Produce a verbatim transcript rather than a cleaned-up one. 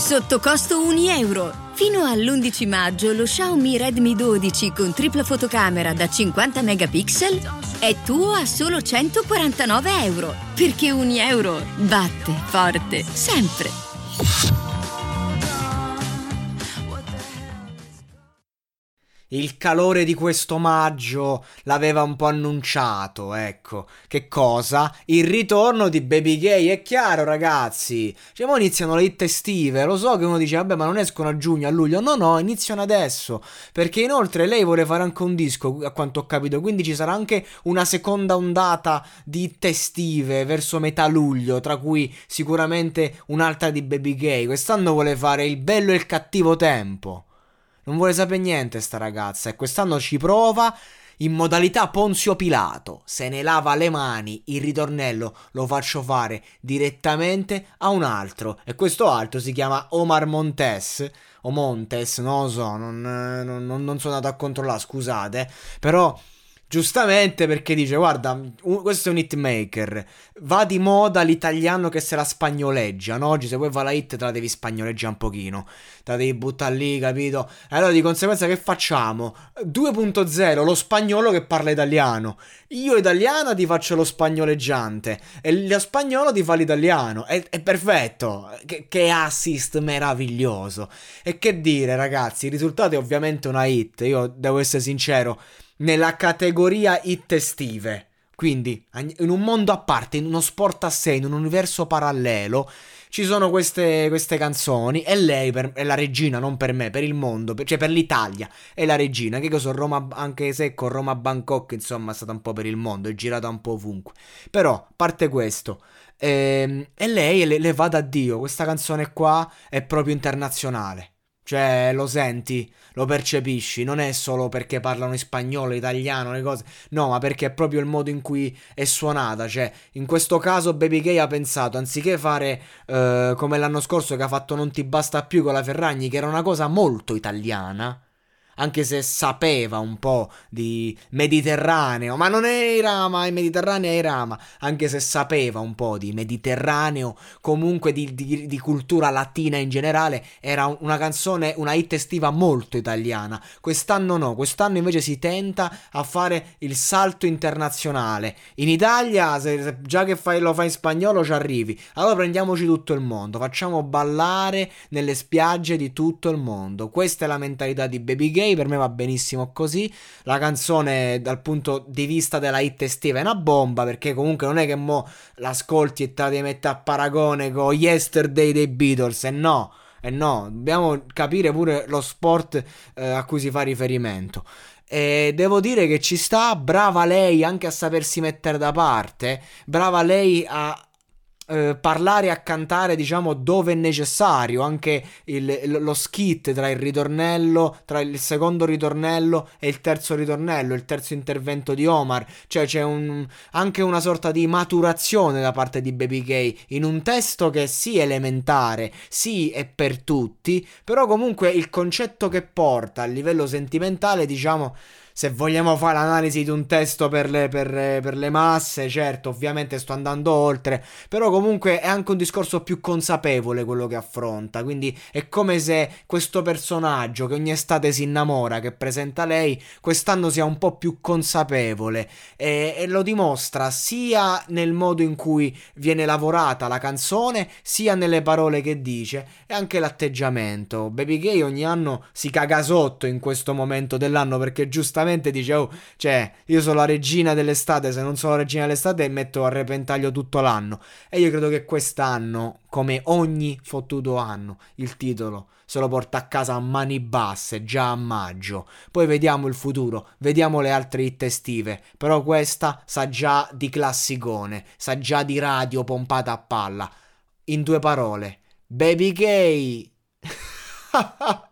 Sotto costo un euro. Fino all'undici maggio lo Xiaomi Redmi dodici con tripla fotocamera da cinquanta megapixel è tuo a solo centoquarantanove euro. Perché un euro batte forte sempre. Il calore di questo maggio l'aveva un po' annunciato, ecco. Che cosa? Il ritorno di Baby Gay, è chiaro ragazzi. Cioè, mo iniziano le hit estive, lo so che uno dice, vabbè, ma non escono a giugno, a luglio. No, no, iniziano adesso. Perché inoltre lei vuole fare anche un disco, a quanto ho capito, quindi ci sarà anche una seconda ondata di hit estive verso metà luglio, tra cui sicuramente un'altra di Baby Gay. Quest'anno vuole fare il bello e il cattivo tempo. Non vuole sapere niente sta ragazza e quest'anno ci prova in modalità Ponzio Pilato. Se ne lava le mani, il ritornello lo faccio fare direttamente a un altro. E questo altro si chiama Omar Montes. O Montes, non lo so, non, non, non sono andato a controllare, scusate. Però giustamente, perché dice, guarda, un, questo è un hitmaker, va di moda l'italiano che se la spagnoleggia, no? Oggi se vuoi fare la hit te la devi spagnoleggiare un pochino, te la devi buttare lì, capito? E allora di conseguenza che facciamo? due punto zero, lo spagnolo che parla italiano. Io italiana ti faccio lo spagnoleggiante e lo spagnolo ti fa l'italiano. È, è perfetto, che, che assist meraviglioso. E che dire ragazzi, il risultato è ovviamente una hit, io devo essere sincero, nella categoria hit estive. Quindi in un mondo a parte, in uno sport a sé, in un universo parallelo, ci sono queste, queste canzoni e lei per, è la regina, non per me, per il mondo, per, cioè per l'Italia è la regina. Che cosa, Roma, anche se con Roma Bangkok insomma è stata un po' per il mondo, è girata un po' ovunque. Però, a parte questo, ehm, e lei le, le va da Dio, questa canzone qua è proprio internazionale. Cioè, lo senti, lo percepisci, non è solo perché parlano in spagnolo, italiano, le cose, no, ma perché è proprio il modo in cui è suonata. Cioè, in questo caso Baby Gay ha pensato, anziché fare eh, come l'anno scorso che ha fatto Non ti basta più con la Ferragni, che era una cosa molto italiana, anche se sapeva un po' di Mediterraneo, ma non era, ma il Mediterraneo era, ma anche se sapeva un po' di Mediterraneo, comunque di, di, di cultura latina in generale, era una canzone, una hit estiva molto italiana. Quest'anno no, quest'anno invece si tenta a fare il salto internazionale. In Italia, se, se già che fai, lo fai in spagnolo ci arrivi, allora prendiamoci tutto il mondo, facciamo ballare nelle spiagge di tutto il mondo. Questa è la mentalità di Baby Gay. Per me va benissimo così. La canzone dal punto di vista della hit estiva è una bomba, perché comunque non è che mo l'ascolti e te la devi mettere a paragone con Yesterday dei Beatles, e no, e no, dobbiamo capire pure lo sport eh, a cui si fa riferimento. E devo dire che ci sta, brava lei anche a sapersi mettere da parte, brava lei a Eh, parlare e a cantare, diciamo, dove è necessario. Anche il, lo skit tra il ritornello, tra il secondo ritornello e il terzo ritornello, il terzo intervento di Omar, cioè c'è un, anche una sorta di maturazione da parte di Baby Gay in un testo che sì è elementare, sì è per tutti, però comunque il concetto che porta a livello sentimentale, diciamo, se vogliamo fare l'analisi di un testo per le, per, per le masse, certo, ovviamente sto andando oltre, però comunque è anche un discorso più consapevole quello che affronta, quindi è come se questo personaggio che ogni estate si innamora, che presenta lei, quest'anno sia un po' più consapevole e, e lo dimostra sia nel modo in cui viene lavorata la canzone, sia nelle parole che dice e anche l'atteggiamento. Baby Gay ogni anno si caga sotto in questo momento dell'anno, perché giustamente dice, oh, cioè io sono la regina dell'estate, se non sono la regina dell'estate metto a repentaglio tutto l'anno. E io credo che quest'anno, come ogni fottuto anno, il titolo se lo porta a casa a mani basse già a maggio. Poi vediamo il futuro, vediamo le altre hit estive, però questa sa già di classicone, sa già di radio pompata a palla. In due parole, Baby Gay.